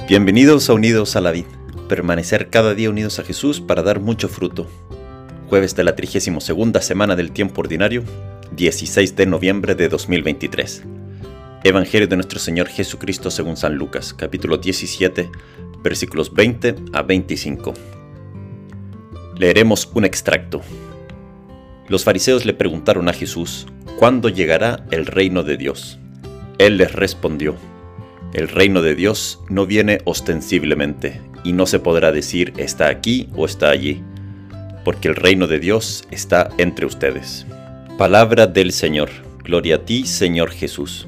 Bienvenidos a Unidos a la Vid, permanecer cada día unidos a Jesús para dar mucho fruto. Jueves de la 32ª semana del tiempo ordinario, 16 de noviembre de 2023. Evangelio de nuestro Señor Jesucristo según San Lucas, capítulo 17, versículos 20 a 25. Leeremos un extracto. Los fariseos le preguntaron a Jesús, ¿cuándo llegará el reino de Dios? Él les respondió, el reino de Dios no viene ostensiblemente, y no se podrá decir está aquí o está allí, porque el reino de Dios está entre ustedes. Palabra del Señor. Gloria a ti, Señor Jesús.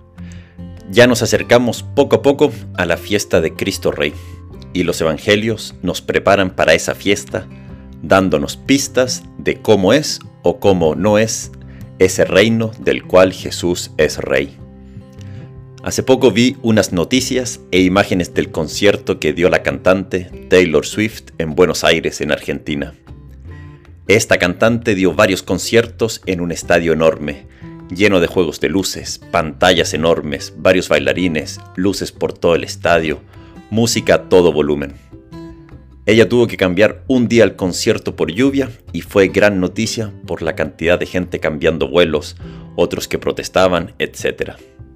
Ya nos acercamos poco a poco a la fiesta de Cristo Rey, y los evangelios nos preparan para esa fiesta, dándonos pistas de cómo es o cómo no es ese reino del cual Jesús es Rey. Hace poco vi unas noticias e imágenes del concierto que dio la cantante Taylor Swift en Buenos Aires, en Argentina. Esta cantante dio varios conciertos en un estadio enorme, lleno de juegos de luces, pantallas enormes, varios bailarines, luces por todo el estadio, música a todo volumen. Ella tuvo que cambiar un día el concierto por lluvia y fue gran noticia por la cantidad de gente cambiando vuelos, otros que protestaban, etc.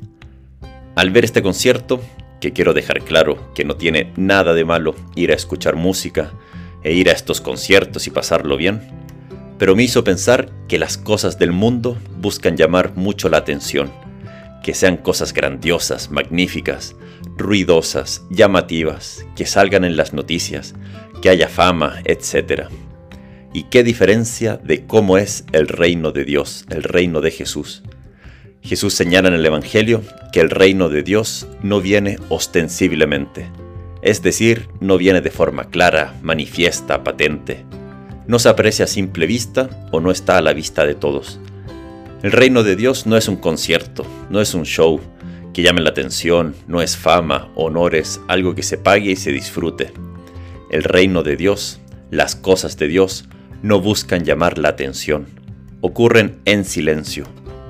Al ver este concierto, que quiero dejar claro que no tiene nada de malo ir a escuchar música e ir a estos conciertos y pasarlo bien, pero me hizo pensar que las cosas del mundo buscan llamar mucho la atención, que sean cosas grandiosas, magníficas, ruidosas, llamativas, que salgan en las noticias, que haya fama, etc. ¿Y qué diferencia de cómo es el reino de Dios, el reino de Jesús? Jesús señala en el Evangelio que el reino de Dios no viene ostensiblemente, es decir, no viene de forma clara, manifiesta, patente. No se aprecia a simple vista o no está a la vista de todos. El reino de Dios no es un concierto, no es un show que llame la atención, no es fama, honores, algo que se pague y se disfrute. El reino de Dios, las cosas de Dios, no buscan llamar la atención, ocurren en silencio.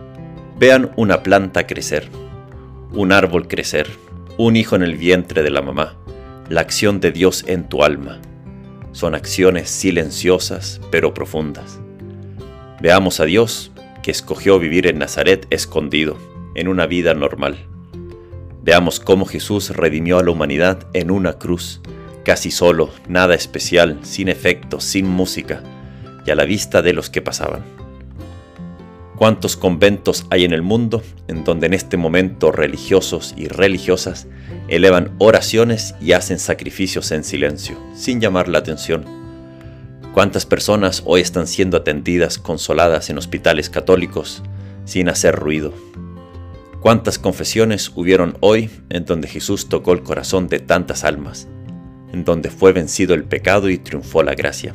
Vean una planta crecer, un árbol crecer, un hijo en el vientre de la mamá, la acción de Dios en tu alma. Son acciones silenciosas pero profundas. Veamos a Dios que escogió vivir en Nazaret escondido, en una vida normal. Veamos cómo Jesús redimió a la humanidad en una cruz, casi solo, nada especial, sin efectos, sin música, y a la vista de los que pasaban. ¿Cuántos conventos hay en el mundo en donde en este momento religiosos y religiosas elevan oraciones y hacen sacrificios en silencio, sin llamar la atención? ¿Cuántas personas hoy están siendo atendidas, consoladas en hospitales católicos, sin hacer ruido? ¿Cuántas confesiones hubieron hoy en donde Jesús tocó el corazón de tantas almas, en donde fue vencido el pecado y triunfó la gracia?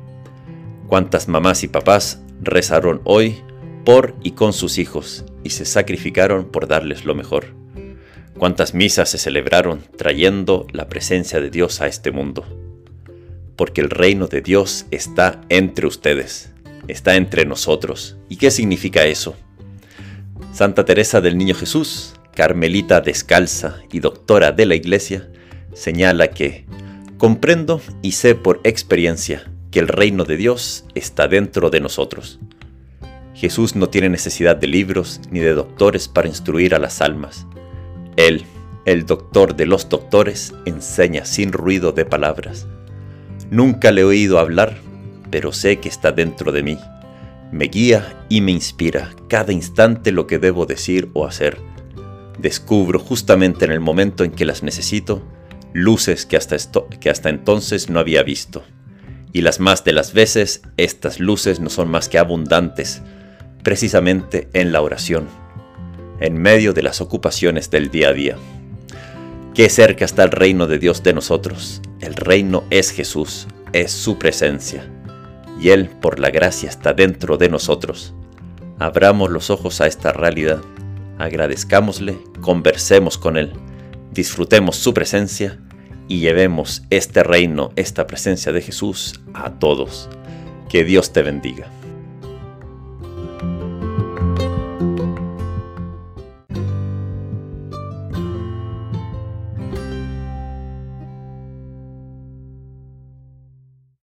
¿Cuántas mamás y papás rezaron hoy por y con sus hijos, y se sacrificaron por darles lo mejor? ¿Cuántas misas se celebraron trayendo la presencia de Dios a este mundo? Porque el reino de Dios está entre ustedes, está entre nosotros. ¿Y qué significa eso? Santa Teresa del Niño Jesús, carmelita descalza y doctora de la Iglesia, señala que comprendo y sé por experiencia que el reino de Dios está dentro de nosotros. Jesús no tiene necesidad de libros ni de doctores para instruir a las almas. Él, el doctor de los doctores, enseña sin ruido de palabras. Nunca le he oído hablar, pero sé que está dentro de mí. Me guía y me inspira cada instante lo que debo decir o hacer. Descubro justamente en el momento en que las necesito, luces que hasta entonces no había visto. Y las más de las veces, estas luces no son más que abundantes, precisamente en la oración, en medio de las ocupaciones del día a día. Qué cerca está el reino de Dios de nosotros. El reino es Jesús, es su presencia, y Él por la gracia está dentro de nosotros. Abramos los ojos a esta realidad, agradezcámosle, conversemos con Él, disfrutemos su presencia y llevemos este reino, esta presencia de Jesús a todos. Que Dios te bendiga.